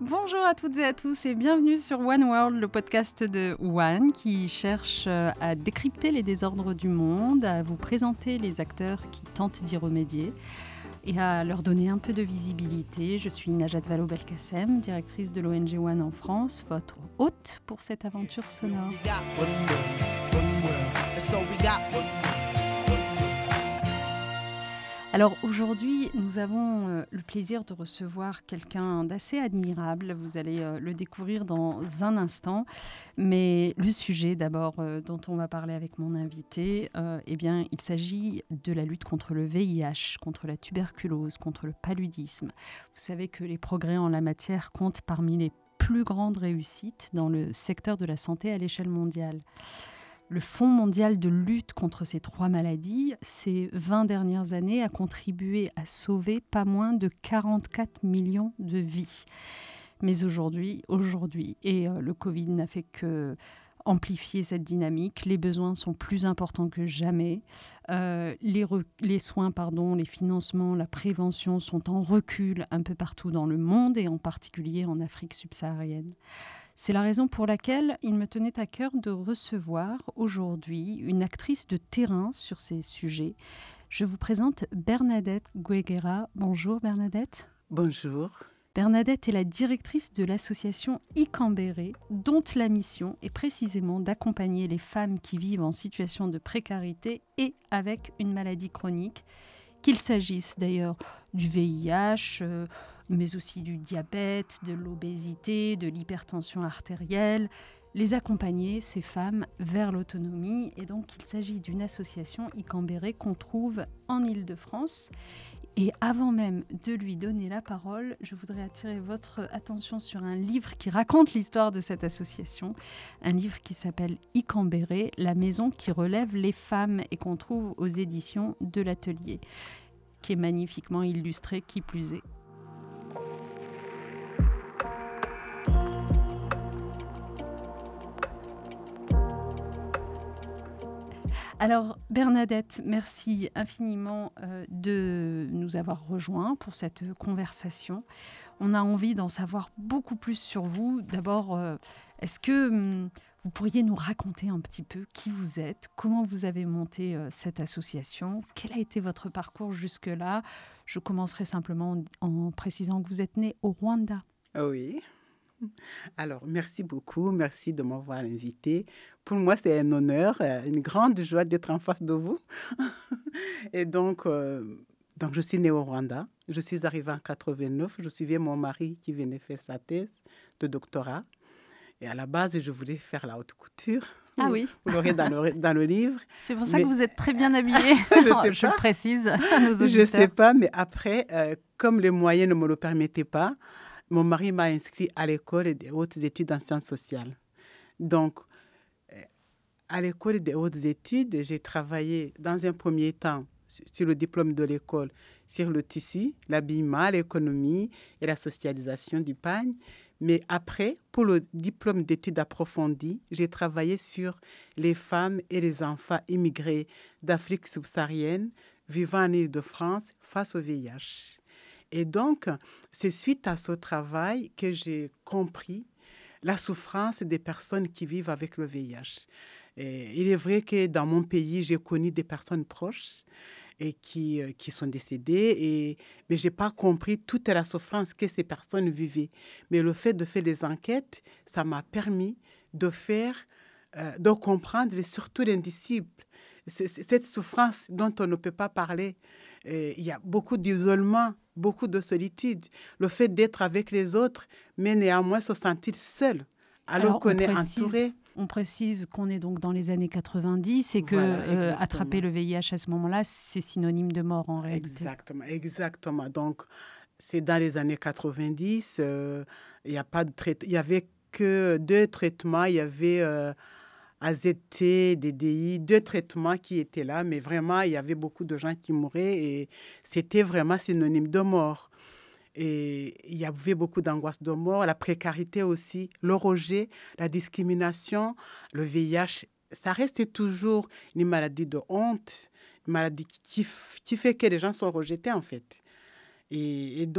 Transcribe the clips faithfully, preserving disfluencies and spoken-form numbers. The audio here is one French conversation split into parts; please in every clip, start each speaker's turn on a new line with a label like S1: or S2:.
S1: Bonjour à toutes et à tous et bienvenue sur One World, le podcast de One qui cherche à décrypter les désordres du monde, à vous présenter les acteurs qui tentent d'y remédier et à leur donner un peu de visibilité. Je suis Najat Vallaud-Belkacem, directrice de l'O N G One en France, votre hôte pour cette aventure sonore. Alors aujourd'hui, nous avons euh, le plaisir de recevoir quelqu'un d'assez admirable. Vous allez euh, le découvrir dans un instant. Mais le sujet d'abord euh, dont on va parler avec mon invité, euh, eh bien, il s'agit de la lutte contre le V I H, contre la tuberculose, contre le paludisme. Vous savez que les progrès en la matière comptent parmi les plus grandes réussites dans le secteur de la santé à l'échelle mondiale. Le Fonds mondial de lutte contre ces trois maladies, ces vingt dernières années, a contribué à sauver pas moins de quarante-quatre millions de vies. Mais aujourd'hui, aujourd'hui, et euh, le Covid n'a fait que amplifier cette dynamique, les besoins sont plus importants que jamais. Euh, les, re- les soins, pardon, les financements, la prévention sont en recul un peu partout dans le monde et en particulier en Afrique subsaharienne. C'est la raison pour laquelle il me tenait à cœur de recevoir aujourd'hui une actrice de terrain sur ces sujets. Je vous présente Bernadette Guéguera. Bonjour Bernadette.
S2: Bonjour.
S1: Bernadette est la directrice de l'association Ikambéré, dont la mission est précisément d'accompagner les femmes qui vivent en situation de précarité et avec une maladie chronique, qu'il s'agisse d'ailleurs du V I H, euh, mais aussi du diabète, de l'obésité, de l'hypertension artérielle, les accompagner, ces femmes, vers l'autonomie. Et donc, il s'agit d'une association Ikambéré qu'on trouve en Île-de-France. Et avant même de lui donner la parole, je voudrais attirer votre attention sur un livre qui raconte l'histoire de cette association, un livre qui s'appelle Ikambéré, la maison qui relève les femmes et qu'on trouve aux éditions de l'Atelier, qui est magnifiquement illustré, qui plus est. Alors Bernadette, merci infiniment euh, de nous avoir rejoints pour cette conversation. On a envie d'en savoir beaucoup plus sur vous. D'abord, euh, est-ce que hum, vous pourriez nous raconter un petit peu qui vous êtes, comment vous avez monté euh, cette association, quel a été votre parcours jusque-là? Je commencerai simplement en, en précisant que vous êtes née au Rwanda.
S2: Oui. Alors, merci beaucoup. Merci de m'avoir invité. Pour moi, c'est un honneur, une grande joie d'être en face de vous. Et donc, euh, donc, je suis née au Rwanda. Je suis arrivée en quatre-vingt-neuf. Je suivais mon mari qui venait faire sa thèse de doctorat. Et à la base, je voulais faire la haute couture.
S1: Ah oui.
S2: Vous l'aurez dans le, dans le livre.
S1: C'est pour ça
S2: mais...
S1: que vous êtes très bien habillée. je je le précise à nos auditeurs.
S2: Je ne sais pas, mais après, euh, comme les moyens ne me le permettaient pas, mon mari m'a inscrit à l'école des hautes études en sciences sociales. Donc, à l'école des hautes études, j'ai travaillé dans un premier temps sur le diplôme de l'école, sur le tissu, l'habillement, l'économie et la socialisation du pagne. Mais après, pour le diplôme d'études approfondies, j'ai travaillé sur les femmes et les enfants immigrés d'Afrique subsaharienne vivant en Île-de-France face au V I H. Et donc, c'est suite à ce travail que j'ai compris la souffrance des personnes qui vivent avec le V I H. Et il est vrai que dans mon pays, j'ai connu des personnes proches et qui, qui sont décédées, et, mais je n'ai pas compris toute la souffrance que ces personnes vivaient. Mais le fait de faire des enquêtes, ça m'a permis de faire, euh, de comprendre et surtout l'indicible. C'est, c'est cette souffrance dont on ne peut pas parler. Et il y a beaucoup d'isolement, beaucoup de solitude. Le fait d'être avec les autres, mais néanmoins se sentir seul, alors, alors qu'on on est précise, entouré.
S1: On précise qu'on est donc dans les années quatre-vingt-dix et que voilà, euh, attraper le V I H à ce moment-là, c'est synonyme de mort en réalité.
S2: Exactement, exactement. Donc, c'est dans les années quatre-vingt-dix. Euh, il y a pas de trai- il y avait que deux traitements. Il y avait euh, A Z T, D D I, deux traitements qui étaient là, mais vraiment, il y avait beaucoup de gens qui mouraient et c'était vraiment synonyme de mort. Et il y avait beaucoup d'angoisse de mort, la précarité aussi, le rejet, la discrimination, le V I H. Ça reste toujours une maladie de honte, une maladie qui, qui fait que les gens sont rejetés en fait. Et, et donc,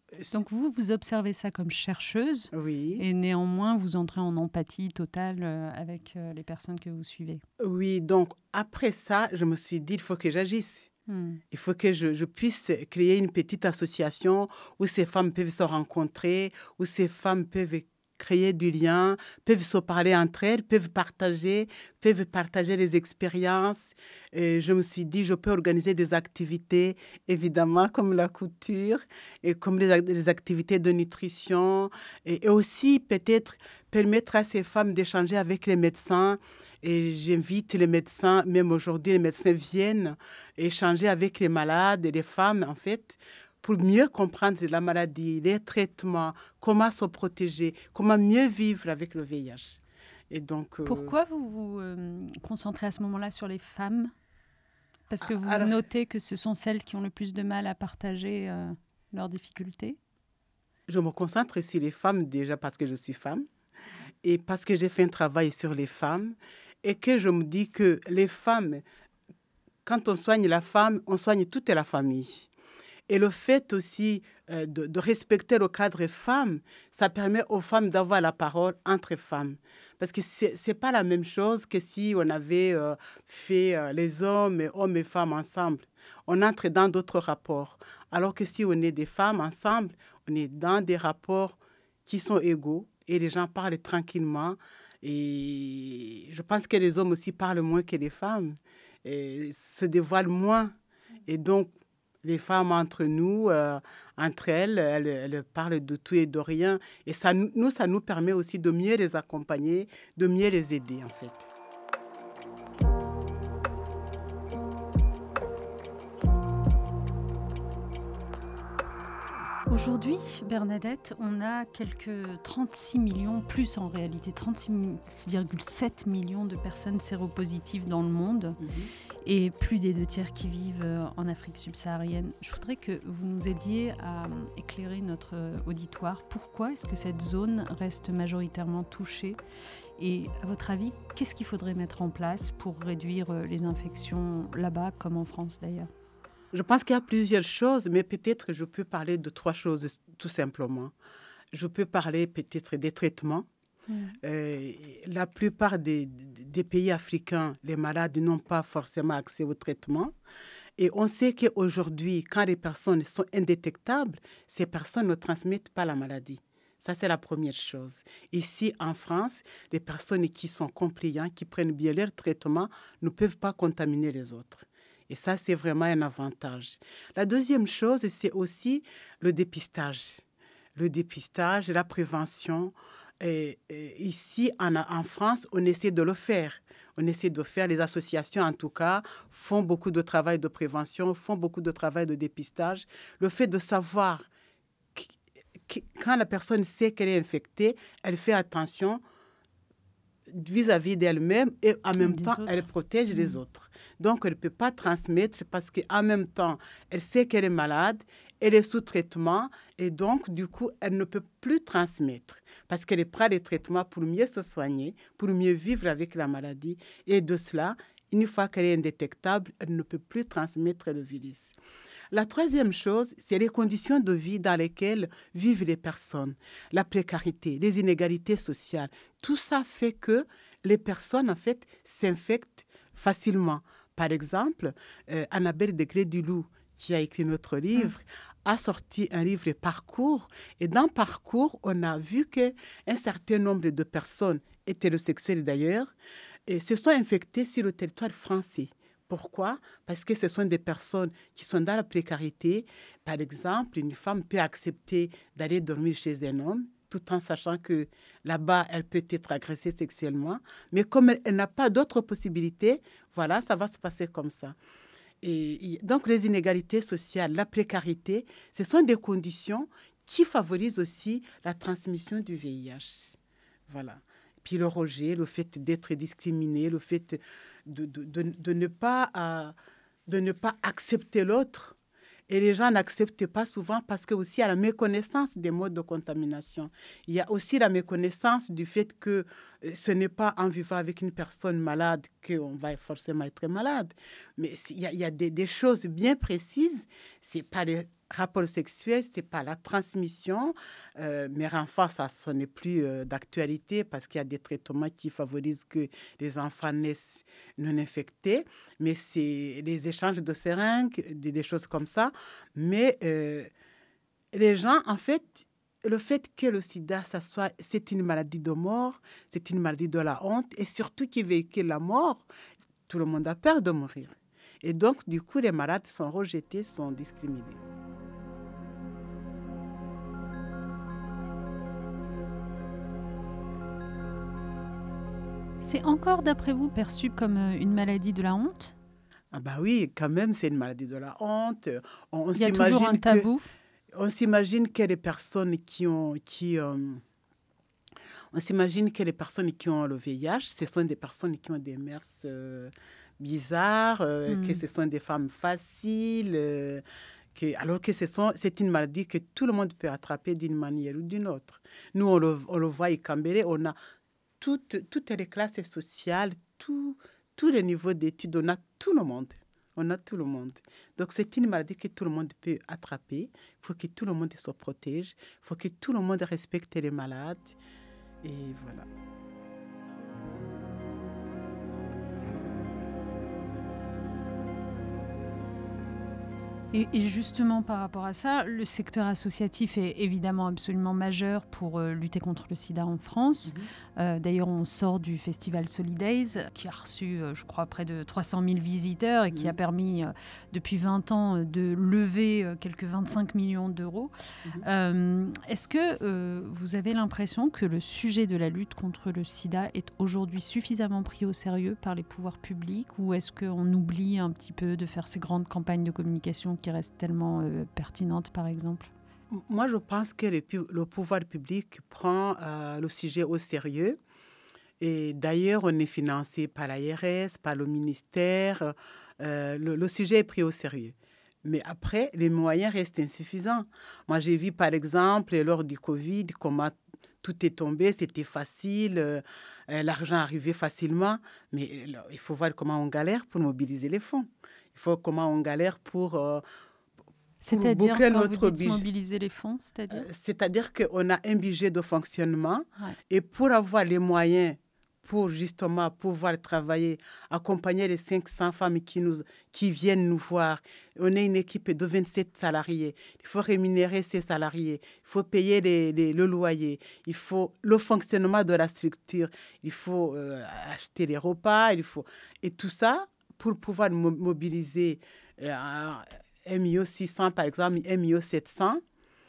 S1: Donc vous, vous observez ça comme chercheuse
S2: Oui.
S1: et néanmoins, vous entrez en empathie totale euh, avec euh, les personnes que vous suivez.
S2: Oui, donc après ça, je me suis dit, il faut que j'agisse.
S1: Hmm.
S2: Il faut que je, je puisse créer une petite association où ces femmes peuvent se rencontrer, où ces femmes peuvent créer du lien, peuvent se parler entre elles, peuvent partager, peuvent partager les expériences. Et je me suis dit, je peux organiser des activités, évidemment, comme la couture, et comme les, les activités de nutrition, et, et aussi peut-être permettre à ces femmes d'échanger avec les médecins. Et j'invite les médecins, même aujourd'hui, les médecins viennent échanger avec les malades et les femmes, en fait, pour mieux comprendre la maladie, les traitements, comment se protéger, comment mieux vivre avec le V I H. Et donc, euh,
S1: Pourquoi vous vous euh, concentrez à ce moment-là sur les femmes? Parce que vous
S2: alors,
S1: notez que ce sont celles qui ont le plus de mal à partager euh, leurs difficultés?
S2: je me concentre sur les femmes déjà parce que je suis femme et parce que j'ai fait un travail sur les femmes et que je me dis que les femmes, quand on soigne la femme, on soigne toute la famille. Et le fait aussi euh, de, de respecter le cadre femme, ça permet aux femmes d'avoir la parole entre femmes. Parce que ce n'est pas la même chose que si on avait euh, fait euh, les hommes, hommes et femmes ensemble. On entre dans d'autres rapports. Alors que si on est des femmes ensemble, on est dans des rapports qui sont égaux et les gens parlent tranquillement. Et je pense que les hommes aussi parlent moins que les femmes, et se dévoilent moins. Et donc, les femmes entre nous, euh, entre elles, elles, elles parlent de tout et de rien. Et ça, nous, ça nous permet aussi de mieux les accompagner, de mieux les aider, en fait.
S1: Aujourd'hui, Bernadette, on a quelques trente-six millions, plus en réalité, trente-six virgule sept millions de personnes séropositives dans le monde. Mmh. Et plus des deux tiers qui vivent en Afrique subsaharienne. Je voudrais que vous nous aidiez à éclairer notre auditoire. Pourquoi est-ce que cette zone reste majoritairement touchée? Et à votre avis, qu'est-ce qu'il faudrait mettre en place pour réduire les infections là-bas, comme en France d'ailleurs?
S2: Je pense qu'il y a plusieurs choses, mais peut-être je peux parler de trois choses tout simplement. Je peux parler peut-être des traitements. Mmh. Euh, la plupart des, des pays africains, les malades n'ont pas forcément accès au traitement. Et on sait qu'aujourd'hui, quand les personnes sont indétectables, ces personnes ne transmettent pas la maladie. Ça, c'est la première chose. Ici, en France, les personnes qui sont compliantes, qui prennent bien leur traitement, ne peuvent pas contaminer les autres. Et ça, c'est vraiment un avantage. La deuxième chose, c'est aussi le dépistage. Le dépistage, la prévention. Et, et ici, en, en France, on essaie de le faire. On essaie de faire, les associations en tout cas, font beaucoup de travail de prévention, font beaucoup de travail de dépistage. Le fait de savoir que, que, quand la personne sait qu'elle est infectée, elle fait attention vis-à-vis d'elle-même et en même
S1: des
S2: temps,
S1: autres.
S2: Elle protège mmh. les autres. Donc, elle ne peut pas transmettre parce qu'en même temps, elle sait qu'elle est malade, elle est sous traitement et donc, du coup, elle ne peut plus transmettre parce qu'elle prend les traitements pour mieux se soigner, pour mieux vivre avec la maladie. Et de cela, une fois qu'elle est indétectable, elle ne peut plus transmettre le virus. La troisième chose, c'est les conditions de vie dans lesquelles vivent les personnes, la précarité, les inégalités sociales. Tout ça fait que les personnes, en fait, s'infectent facilement. Par exemple, euh, Annabelle Degré-Dulou, qui a écrit notre livre, mmh. a sorti un livre Parcours. Et dans Parcours, on a vu qu'un certain nombre de personnes, hétérosexuelles d'ailleurs, et se sont infectées sur le territoire français. Pourquoi? Parce que ce sont des personnes qui sont dans la précarité. Par exemple, une femme peut accepter d'aller dormir chez un homme, tout en sachant que là-bas, elle peut être agressée sexuellement. Mais comme elle, elle n'a pas d'autres possibilités, voilà, ça va se passer comme ça. Et donc, les inégalités sociales, la précarité, ce sont des conditions qui favorisent aussi la transmission du V I H. Voilà. Puis le rejet, le fait d'être discriminé, le fait de, de, de, de, ne, pas, euh, de ne pas accepter l'autre. Et les gens n'acceptent pas souvent parce qu'il y a la méconnaissance des modes de contamination. Il y a aussi la méconnaissance du fait que ce n'est pas en vivant avec une personne malade qu'on va forcément être malade. Mais il y a, il y a des, des choses bien précises. Ce n'est pas les rapport sexuel, c'est pas la transmission. Euh, mais enfants, ça, ce n'est plus euh, d'actualité parce qu'il y a des traitements qui favorisent que les enfants naissent non infectés. Mais c'est les échanges de seringues, des, des choses comme ça. Mais euh, les gens, en fait, le fait que le sida, ça soit, c'est une maladie de mort, c'est une maladie de la honte, et surtout qui véhicule la mort, tout le monde a peur de mourir. Et donc, du coup, les malades sont rejetés, sont discriminés.
S1: C'est encore, d'après vous, perçu comme une maladie de la honte?
S2: Ah bah oui, quand même, c'est une maladie de la honte. On, on
S1: Il y a toujours un tabou.
S2: Que, on s'imagine que les personnes qui ont... Qui, euh, on s'imagine que les personnes qui ont le V I H, ce sont des personnes qui ont des mœurs euh, bizarres, euh, mm. que ce sont des femmes faciles, euh, que, alors que ce sont, c'est une maladie que tout le monde peut attraper d'une manière ou d'une autre. Nous, on le, on le voit à Ikambere, on a toutes, toutes les classes sociales, tout, tous les niveaux d'études, on a tout le monde. On a tout le monde. Donc, c'est une maladie que tout le monde peut attraper. Il faut que tout le monde se protège. Il faut que tout le monde respecte les malades. Et voilà.
S1: Et, et justement, par rapport à ça, le secteur associatif est évidemment absolument majeur pour euh, lutter contre le sida en France. Mmh. Euh, d'ailleurs, on sort du festival Solidays, qui a reçu, euh, je crois, près de trois cent mille visiteurs et mmh. qui a permis, euh, depuis vingt ans, de lever euh, quelques vingt-cinq millions d'euros. Mmh. Euh, est-ce que euh, vous avez l'impression que le sujet de la lutte contre le sida est aujourd'hui suffisamment pris au sérieux par les pouvoirs publics, ou est-ce qu'on oublie un petit peu de faire ces grandes campagnes de communication qui reste tellement euh, pertinente, par exemple?
S2: Moi, je pense que le, le pouvoir public prend euh, le sujet au sérieux. Et d'ailleurs, on est financé par l'A R S, par le ministère. Euh, le, le sujet est pris au sérieux. Mais après, les moyens restent insuffisants. Moi, j'ai vu, par exemple, lors du Covid, comment tout est tombé, c'était facile, euh, l'argent arrivait facilement. Mais euh, il faut voir comment on galère pour mobiliser les fonds. Il faut comment on galère pour, euh, pour
S1: c'est-à-dire
S2: boucler
S1: quand
S2: notre
S1: vous dites
S2: budget.
S1: Mobiliser les fonds, c'est-à-dire
S2: euh, C'est-à-dire qu'on a un budget de fonctionnement
S1: ouais.
S2: Et pour avoir les moyens pour justement pouvoir travailler, accompagner les cinq cents femmes qui, nous, qui viennent nous voir. On est une équipe de vingt-sept salariés. Il faut rémunérer ces salariés. Il faut payer les, les, le loyer. Il faut le fonctionnement de la structure. Il faut euh, acheter les repas. Il faut... Et tout ça, pour pouvoir mo- mobiliser euh, un M I O six cents, par exemple, un M I O sept cents,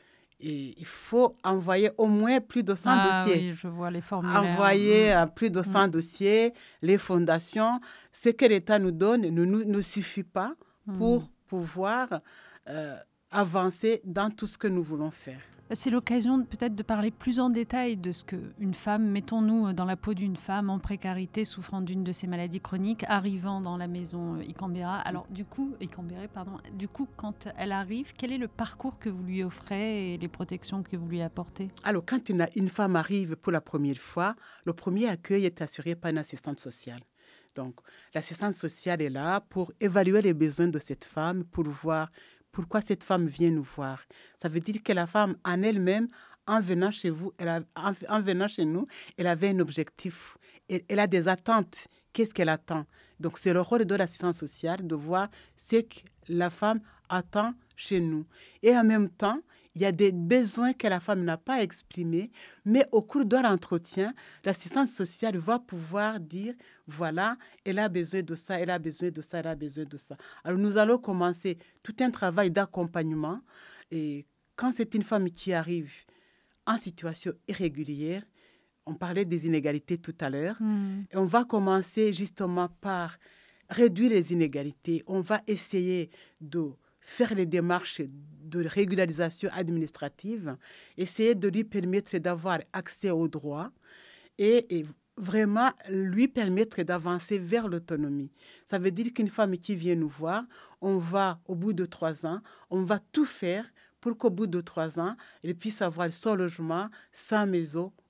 S2: et il faut envoyer au moins plus de cent
S1: ah,
S2: dossiers.
S1: Oui, je vois les formulaires.
S2: Envoyer mmh. plus de cent mmh. dossiers, les fondations. Ce que l'État nous donne ne nous, ne suffit pas pour mmh. pouvoir euh, avancer dans tout ce que nous voulons faire.
S1: C'est l'occasion peut-être de parler plus en détail de ce qu'une femme, mettons-nous dans la peau d'une femme en précarité, souffrant d'une de ces maladies chroniques, arrivant dans la maison Ikambere. Alors du coup, Ikambere, pardon, du coup, quand elle arrive, quel est le parcours que vous lui offrez et les protections que vous lui apportez?
S2: Alors quand une, une femme arrive pour la première fois, le premier accueil est assuré par une assistante sociale. Donc l'assistante sociale est là pour évaluer les besoins de cette femme, pour voir pourquoi cette femme vient nous voir. Ça veut dire que la femme, en elle-même, en venant chez vous, elle a, en, en venant chez nous, elle avait un objectif. Elle, elle a des attentes. Qu'est-ce qu'elle attend? Donc, c'est le rôle de l'assistance sociale de voir ce que la femme attend chez nous. Et en même temps, il y a des besoins que la femme n'a pas exprimés, mais au cours de l'entretien, l'assistance sociale va pouvoir dire, voilà, elle a besoin de ça, elle a besoin de ça, elle a besoin de ça. Alors, nous allons commencer tout un travail d'accompagnement. Et quand c'est une femme qui arrive en situation irrégulière, on parlait des inégalités tout à l'heure, mmh. et on va commencer justement par réduire les inégalités. On va essayer de faire les démarches de régularisation administrative, essayer de lui permettre d'avoir accès aux droits et, et vraiment lui permettre d'avancer vers l'autonomie. Ça veut dire qu'une femme qui vient nous voir, on va, au bout de trois ans, on va tout faire pour qu'au bout de trois ans, elle puisse avoir son logement, sa maison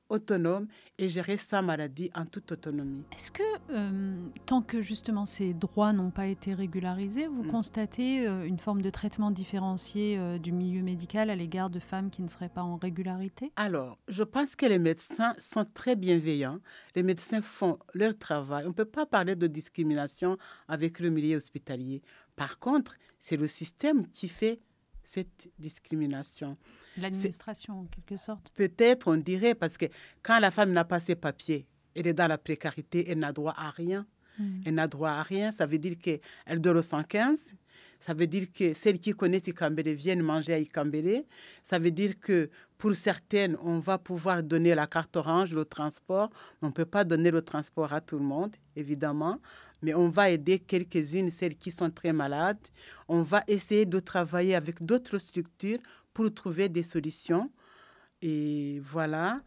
S2: autonome et gérer sa maladie en toute autonomie.
S1: Est-ce que, euh, tant que justement ces droits n'ont pas été régularisés, vous mmh. constatez euh, une forme de traitement différencié euh, du milieu médical à l'égard de femmes qui ne seraient pas en régularité?
S2: Alors, je pense que les médecins sont très bienveillants. Les médecins font leur travail. On ne peut pas parler de discrimination avec le milieu hospitalier. Par contre, c'est le système qui fait cette discrimination.
S1: L'administration, c'est, en quelque sorte.
S2: Peut-être, on dirait, parce que quand la femme n'a pas ses papiers, elle est dans la précarité, elle n'a droit à rien. Mmh. Elle n'a droit à rien. Ça veut dire qu'elle dort au cent quinze. Ça veut dire que celles qui connaissent Ikambélé viennent manger à Ikambélé. Ça veut dire que pour certaines, on va pouvoir donner la carte orange, le transport. On ne peut pas donner le transport à tout le monde, évidemment. Mais on va aider quelques-unes, celles qui sont très malades. On va essayer de travailler avec d'autres structures pour trouver des solutions. Et voilà.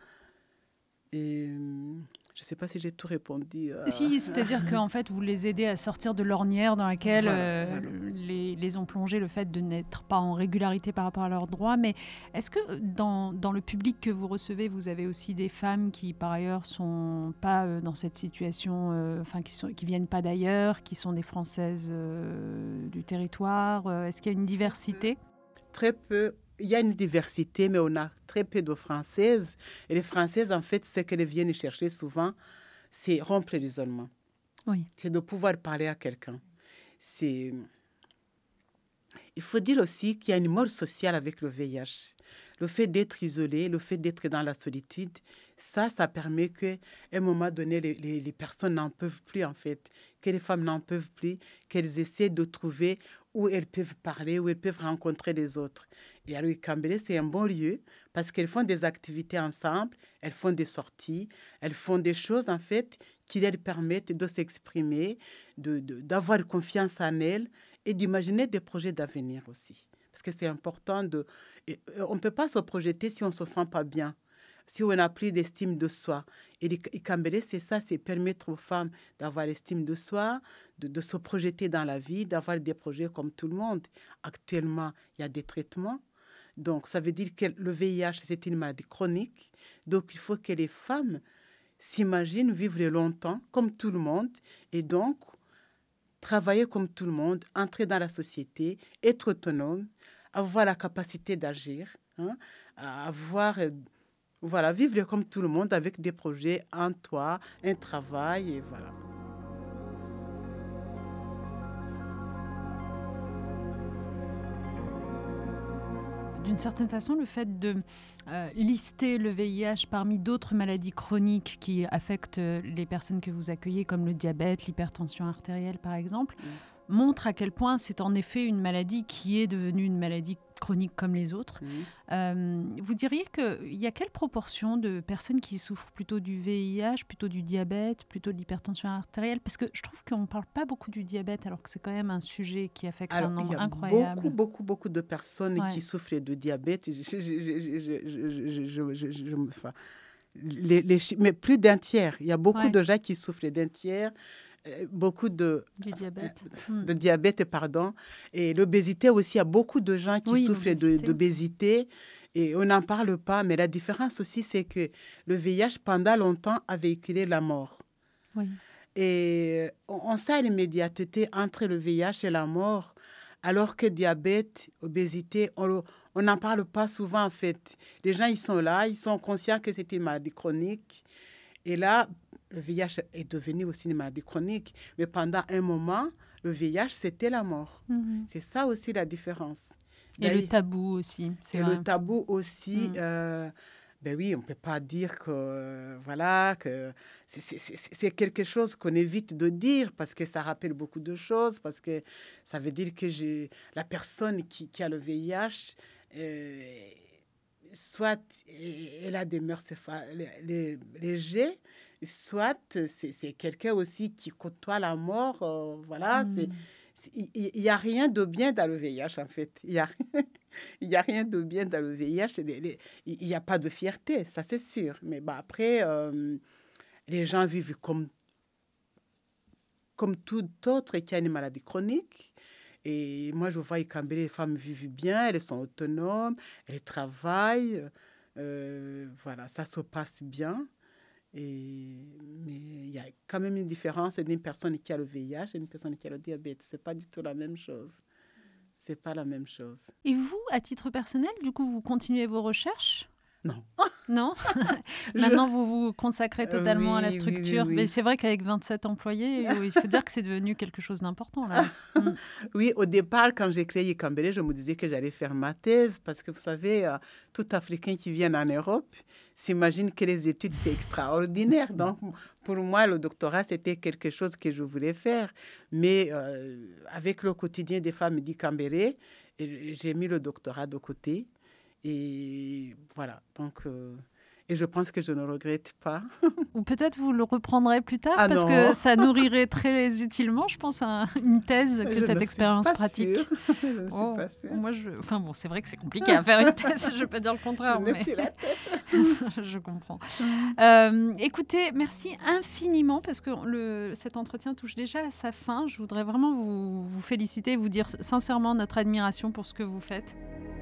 S2: Et je ne sais pas si j'ai tout répondu.
S1: Euh... Si, c'est-à-dire qu'en fait, vous les aidez à sortir de l'ornière dans laquelle voilà, euh, voilà. Les, les ont plongés le fait de n'être pas en régularité par rapport à leurs droits. Mais est-ce que dans, dans le public que vous recevez, vous avez aussi des femmes qui, par ailleurs, ne sont pas euh, dans cette situation, euh, enfin, qui ne qui viennent pas d'ailleurs, qui sont des Françaises euh, du territoire? Est-ce qu'il y a une diversité?
S2: Très peu. Il y a une diversité, mais on a très peu de Françaises. Et les Françaises, en fait, ce qu'elles viennent chercher souvent, c'est rompre l'isolement.
S1: Oui.
S2: C'est de pouvoir parler à quelqu'un. C'est... Il faut dire aussi qu'il y a une mort sociale avec le V I H. Le fait d'être isolé, le fait d'être dans la solitude, ça, ça permet qu'à un moment donné, les, les, les personnes n'en peuvent plus, en fait, que les femmes n'en peuvent plus, qu'elles essaient de trouver où elles peuvent parler, où elles peuvent rencontrer les autres. Et alors, Ikambélé, c'est un bon lieu parce qu'elles font des activités ensemble, elles font des sorties, elles font des choses, en fait, qui leur permettent de s'exprimer, de, de, d'avoir confiance en elles et d'imaginer des projets d'avenir aussi. Parce que c'est important de... On ne peut pas se projeter si on ne se sent pas bien, si on n'a plus d'estime de soi. Et Ikambélé, c'est ça, c'est permettre aux femmes d'avoir l'estime de soi, de, de se projeter dans la vie, d'avoir des projets comme tout le monde. Actuellement, il y a des traitements. Donc, ça veut dire que le V I H, c'est une maladie chronique. Donc, il faut que les femmes s'imaginent vivre longtemps, comme tout le monde. Et donc, travailler comme tout le monde, entrer dans la société, être autonome, avoir la capacité d'agir, hein, avoir, voilà, vivre comme tout le monde avec des projets, un toit, un travail, et voilà.
S1: D'une certaine façon, le fait de euh, lister le V I H parmi d'autres maladies chroniques qui affectent les personnes que vous accueillez, comme le diabète, l'hypertension artérielle par exemple, mmh. montre à quel point c'est en effet une maladie qui est devenue une maladie chronique comme les autres. Mmh. Euh, vous diriez qu'il y a quelle proportion de personnes qui souffrent plutôt du V I H, plutôt du diabète, plutôt de l'hypertension artérielle? Parce que je trouve qu'on ne parle pas beaucoup du diabète, alors que c'est quand même un sujet qui affecte alors, un nombre incroyable.
S2: Il y a beaucoup, beaucoup, beaucoup de personnes ouais. qui souffrent de diabète. Je, je, je, je, je, je, je, je, enfin, les, les, mais plus d'un tiers. Il y a beaucoup ouais. de gens qui souffrent d'un tiers. Beaucoup de,
S1: du diabète.
S2: Euh, de diabète, pardon. Et l'obésité aussi, il y a beaucoup de gens qui oui, souffrent de, d'obésité et on n'en parle pas. Mais la différence aussi, c'est que le V I H, pendant longtemps, a véhiculé la mort.
S1: Oui.
S2: Et on, on sait l'immédiateté entre le V I H et la mort, alors que diabète, obésité, on n'en parle pas souvent en fait. Les gens, ils sont là, ils sont conscients que c'est une maladie chronique. Et là, le V I H est devenu aussi une maladie chronique. Mais pendant un moment, le V I H, c'était la mort. Mm-hmm. C'est ça aussi la différence.
S1: Et ben, le tabou aussi.
S2: C'est et vrai. Le tabou aussi. Mm. Euh, ben oui, on ne peut pas dire que, euh, voilà, que c'est, c'est, c'est, c'est quelque chose qu'on évite de dire parce que ça rappelle beaucoup de choses, parce que ça veut dire que j'ai, la personne qui, qui a le V I H... Euh, soit elle a des mœurs légers, soit c'est, c'est quelqu'un aussi qui côtoie la mort. Euh, voilà, mmh. c'est, il n'y a rien de bien dans le V I H, en fait. Il n'y a, a rien de bien dans le V I H. Il n'y a pas de fierté, ça c'est sûr. Mais bah, après, euh, les gens vivent comme, comme tout autre qui a une maladie chronique. Et moi, je vois Ikambélé, les femmes vivent bien, elles sont autonomes, elles travaillent. Euh, voilà, ça se passe bien. Et, mais il y a quand même une différence d'une personne qui a le V I H et une personne qui a le diabète. Ce n'est pas du tout la même chose. Ce n'est pas la même chose.
S1: Et vous, à titre personnel, du coup, vous continuez vos recherches ?
S2: Non.
S1: Non. Maintenant, je... vous vous consacrez totalement
S2: oui,
S1: à la structure. Oui, oui, oui. Mais c'est vrai qu'avec vingt-sept employés, il faut dire que c'est devenu quelque chose d'important. Là. Mm.
S2: Oui, au départ, quand j'ai créé Ikambere, je me disais que j'allais faire ma thèse parce que, vous savez, euh, tout Africain qui vient en Europe s'imagine que les études, c'est extraordinaire. Donc, pour moi, le doctorat, c'était quelque chose que je voulais faire. Mais euh, avec le quotidien des femmes d'Ikambere, j'ai mis le doctorat de côté. Et voilà, donc, euh, et je pense que je ne regrette pas.
S1: Ou peut-être vous le reprendrez plus tard,
S2: ah
S1: parce
S2: non.
S1: que ça nourrirait très utilement, je pense, à une thèse que
S2: je
S1: cette expérience pratique.
S2: je ne suis
S1: oh,
S2: pas sûre.
S1: Moi, je... Enfin bon, c'est vrai que c'est compliqué à faire une thèse, je ne vais pas dire le contraire.
S2: Je n'ai
S1: mais...
S2: plus la tête.
S1: je comprends. euh, écoutez, merci infiniment, parce que le, cet entretien touche déjà à sa fin. Je voudrais vraiment vous, vous féliciter, vous dire sincèrement notre admiration pour ce que vous faites.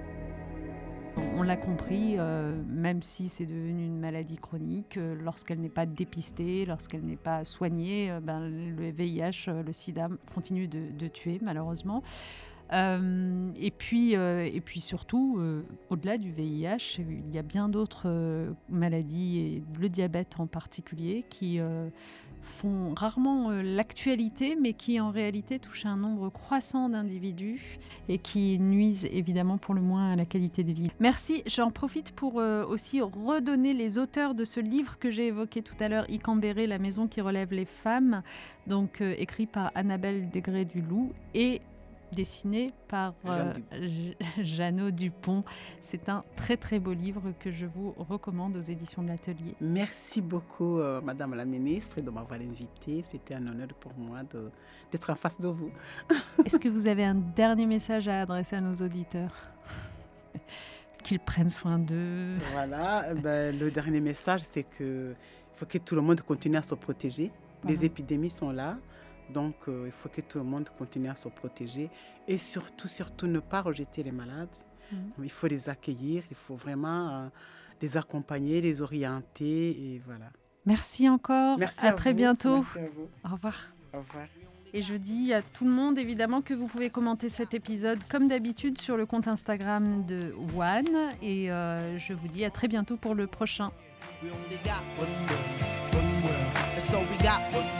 S1: On l'a compris, euh, même si c'est devenu une maladie chronique, euh, lorsqu'elle n'est pas dépistée, lorsqu'elle n'est pas soignée, euh, ben, le V I H, euh, le sida continue de, de tuer malheureusement. Euh, et, puis, euh, et puis surtout, euh, au-delà du V I H, il y a bien d'autres euh, maladies, et le diabète en particulier, qui euh, font rarement euh, l'actualité, mais qui en réalité touchent un nombre croissant d'individus et qui nuisent évidemment pour le moins à la qualité de vie. Merci, j'en profite pour euh, aussi redonner les auteurs de ce livre que j'ai évoqué tout à l'heure, Ikambere, la maison qui relève les femmes, donc euh, écrit par Annabelle Degré-Duloup et dessiné par euh, Jeannot Dupont. C'est un très très beau livre que je vous recommande aux éditions de l'Atelier.
S2: Merci beaucoup euh, Madame la Ministre de m'avoir invitée. C'était un honneur pour moi de, d'être en face de vous.
S1: Est-ce que vous avez un dernier message à adresser à nos auditeurs ? Qu'ils prennent soin d'eux.
S2: Voilà, ben, le dernier message, c'est qu'il faut que tout le monde continue à se protéger. Voilà. Les épidémies sont là. Donc, euh, il faut que tout le monde continue à se protéger et surtout, surtout ne pas rejeter les malades. Mmh. Il faut les accueillir, il faut vraiment euh, les accompagner, les orienter et voilà.
S1: Merci encore,
S2: Merci
S1: à,
S2: à
S1: très
S2: vous.
S1: bientôt.
S2: Merci à vous.
S1: Au revoir.
S2: Au revoir.
S1: Et je dis à tout le monde évidemment que vous pouvez commenter cet épisode comme d'habitude sur le compte Instagram de One et euh, je vous dis à très bientôt pour le prochain. We only got one world, one world. And so we got one